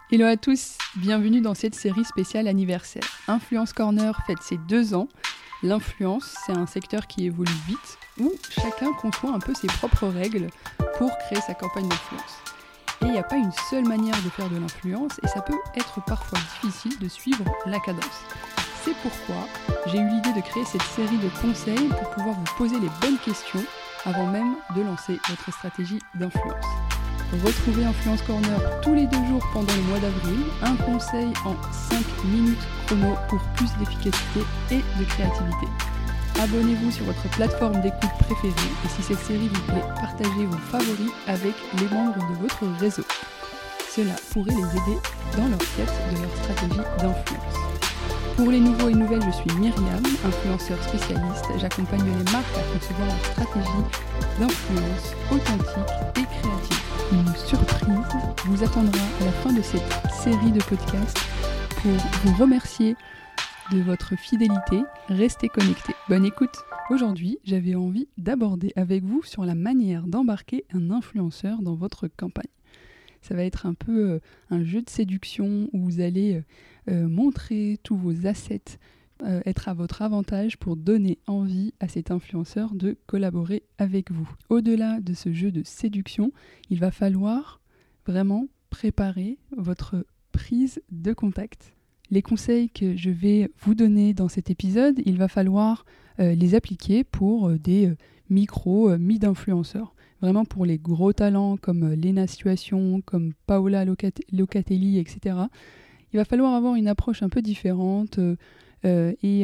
Hello à tous, bienvenue dans cette série spéciale anniversaire. Influence Corner fête ses 2 ans. L'influence, c'est un secteur qui évolue vite, où chacun conçoit un peu ses propres règles pour créer sa campagne d'influence. Et il n'y a pas une seule manière de faire de l'influence, et ça peut être parfois difficile de suivre la cadence. C'est pourquoi j'ai eu l'idée de créer cette série de conseils pour pouvoir vous poser les bonnes questions avant même de lancer votre stratégie d'influence. Retrouvez Influence Corner tous les 2 jours pendant le mois d'avril, un conseil en 5 minutes chrono pour plus d'efficacité et de créativité. Abonnez-vous sur votre plateforme d'écoute préférée et si cette série vous plaît, partagez vos favoris avec les membres de votre réseau. Cela pourrait les aider dans leur quête de leur stratégie d'influence. Pour les nouveaux et nouvelles, je suis Myriam, influenceur spécialiste. J'accompagne les marques à concevoir leur stratégie d'influence authentique et créative. Une surprise vous attendra à la fin de cette série de podcasts pour vous remercier de votre fidélité. Restez connectés. Bonne écoute. Aujourd'hui, j'avais envie d'aborder avec vous sur la manière d'embarquer un influenceur dans votre campagne. Ça va être un peu un jeu de séduction où vous allez montrer tous vos assets, être à votre avantage pour donner envie à cet influenceur de collaborer avec vous. Au-delà de ce jeu de séduction, il va falloir vraiment préparer votre prise de contact. Les conseils que je vais vous donner dans cet épisode, il va falloir les appliquer pour des mid-influenceurs. Vraiment pour les gros talents comme Lena Situation, comme Paola Locatelli, etc. Il va falloir avoir une approche un peu différente et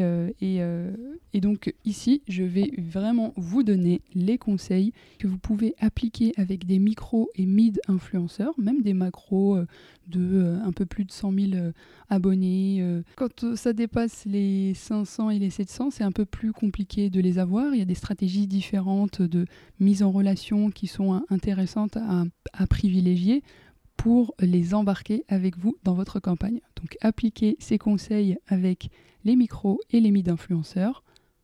donc ici, je vais vraiment vous donner les conseils que vous pouvez appliquer avec des micro et mid-influenceurs, même des macros de un peu plus de 100 000 abonnés. Quand ça dépasse les 500 et les 700, c'est un peu plus compliqué de les avoir. Il y a des stratégies différentes de mise en relation qui sont intéressantes à privilégier pour les embarquer avec vous dans votre campagne. Donc appliquez ces conseils avec les micros et les mid-influenceurs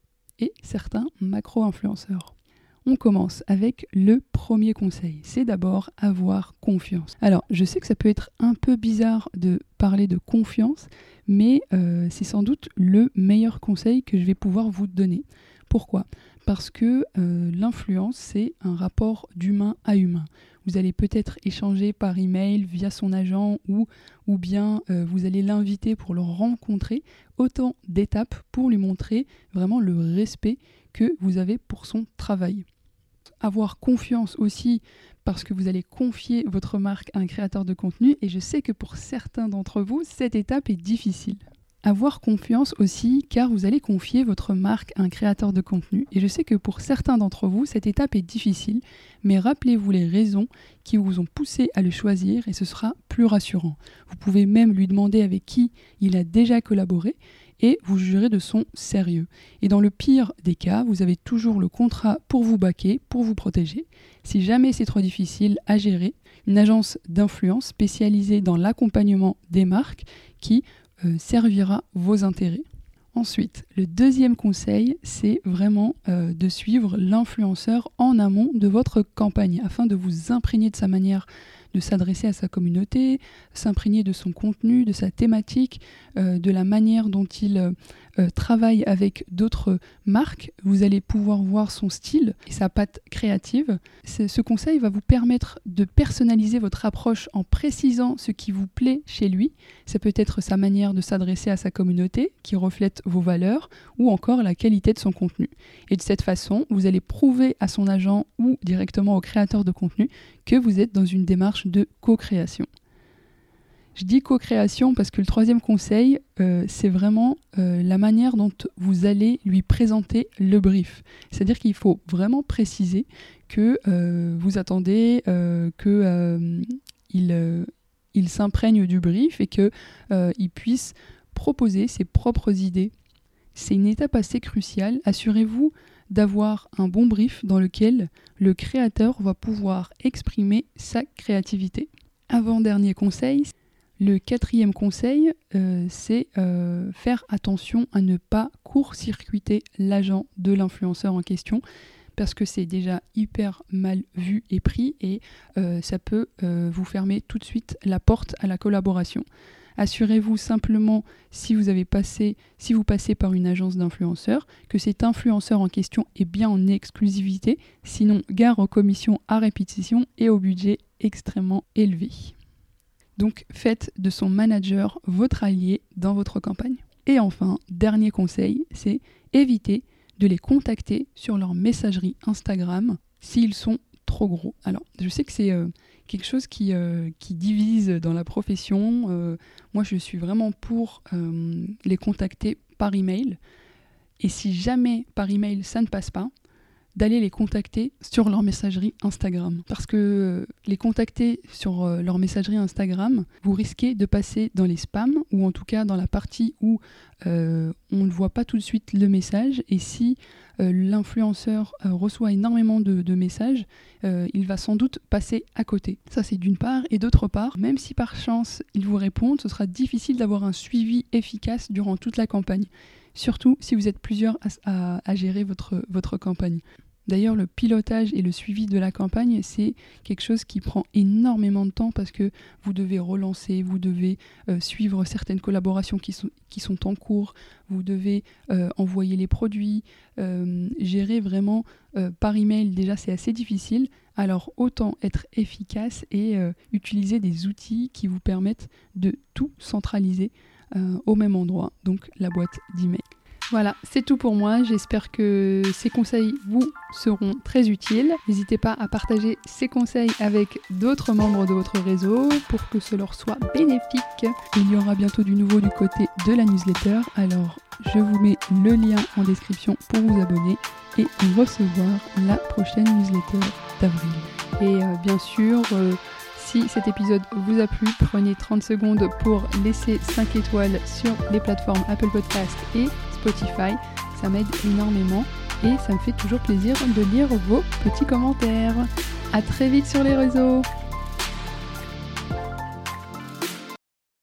et certains macro-influenceurs. On commence avec le premier conseil, c'est d'abord avoir confiance. Alors, je sais que ça peut être un peu bizarre de parler de confiance, mais c'est sans doute le meilleur conseil que je vais pouvoir vous donner. Pourquoi ? Parce que l'influence, c'est un rapport d'humain à humain. Vous allez peut-être échanger par email via son agent ou bien vous allez l'inviter pour le rencontrer. Autant d'étapes pour lui montrer vraiment le respect que vous avez pour son travail. Avoir confiance aussi parce que vous allez confier votre marque à un créateur de contenu et je sais que pour certains d'entre vous, cette étape est difficile. Avoir confiance aussi car vous allez confier votre marque à un créateur de contenu. Et je sais que pour certains d'entre vous, cette étape est difficile, mais rappelez-vous les raisons qui vous ont poussé à le choisir et ce sera plus rassurant. Vous pouvez même lui demander avec qui il a déjà collaboré et vous jugerez de son sérieux. Et dans le pire des cas, vous avez toujours le contrat pour vous backer, pour vous protéger. Si jamais c'est trop difficile à gérer, une agence d'influence spécialisée dans l'accompagnement des marques qui servira vos intérêts. Ensuite, le deuxième conseil, c'est vraiment de suivre l'influenceur en amont de votre campagne afin de vous imprégner de sa manière de s'adresser à sa communauté, s'imprégner de son contenu, de sa thématique, de la manière dont il travaille avec d'autres marques. Vous allez pouvoir voir son style et sa patte créative. Ce conseil va vous permettre de personnaliser votre approche en précisant ce qui vous plaît chez lui. Ça peut être sa manière de s'adresser à sa communauté qui reflète vos valeurs ou encore la qualité de son contenu. Et de cette façon, vous allez prouver à son agent ou directement au créateur de contenu que vous êtes dans une démarche de co-création. Je dis co-création parce que le troisième conseil, c'est vraiment la manière dont vous allez lui présenter le brief. C'est-à-dire qu'il faut vraiment préciser que vous attendez qu'il s'imprègne du brief et qu'il puisse proposer ses propres idées. C'est une étape assez cruciale. Assurez-vous d'avoir un bon brief dans lequel le créateur va pouvoir exprimer sa créativité. Avant-dernier conseil, le 4e conseil, c'est faire attention à ne pas court-circuiter l'agent de l'influenceur en question parce que c'est déjà hyper mal vu et pris et ça peut vous fermer tout de suite la porte à la collaboration. Assurez-vous simplement, si vous passez par une agence d'influenceurs, que cet influenceur en question est bien en exclusivité, sinon gare aux commissions à répétition et au budget extrêmement élevé. Donc faites de son manager votre allié dans votre campagne. Et enfin, dernier conseil, c'est éviter de les contacter sur leur messagerie Instagram s'ils sont trop gros. Alors, je sais que c'est quelque chose qui divise dans la profession. Moi, je suis vraiment pour les contacter par email. Et si jamais par email ça ne passe pas, d'aller les contacter sur leur messagerie Instagram. Parce que les contacter sur leur messagerie Instagram, vous risquez de passer dans les spams, ou en tout cas dans la partie où on ne voit pas tout de suite le message. Et si l'influenceur reçoit énormément de messages, il va sans doute passer à côté. Ça, c'est d'une part. Et d'autre part, même si par chance ils vous répondent, ce sera difficile d'avoir un suivi efficace durant toute la campagne. Surtout si vous êtes plusieurs à gérer votre campagne. D'ailleurs, le pilotage et le suivi de la campagne, c'est quelque chose qui prend énormément de temps parce que vous devez relancer, vous devez suivre certaines collaborations qui sont en cours, vous devez envoyer les produits, gérer vraiment par email. Déjà, c'est assez difficile. Alors, autant être efficace et utiliser des outils qui vous permettent de tout centraliser au même endroit, donc la boîte d'email. Voilà, c'est tout pour moi. J'espère que ces conseils vous seront très utiles. N'hésitez pas à partager ces conseils avec d'autres membres de votre réseau pour que ce leur soit bénéfique. Il y aura bientôt du nouveau du côté de la newsletter, alors je vous mets le lien en description pour vous abonner et recevoir la prochaine newsletter d'avril. Et bien sûr, si cet épisode vous a plu, prenez 30 secondes pour laisser 5 étoiles sur les plateformes Apple Podcast et Spotify. Ça m'aide énormément et ça me fait toujours plaisir de lire vos petits commentaires. À très vite sur les réseaux.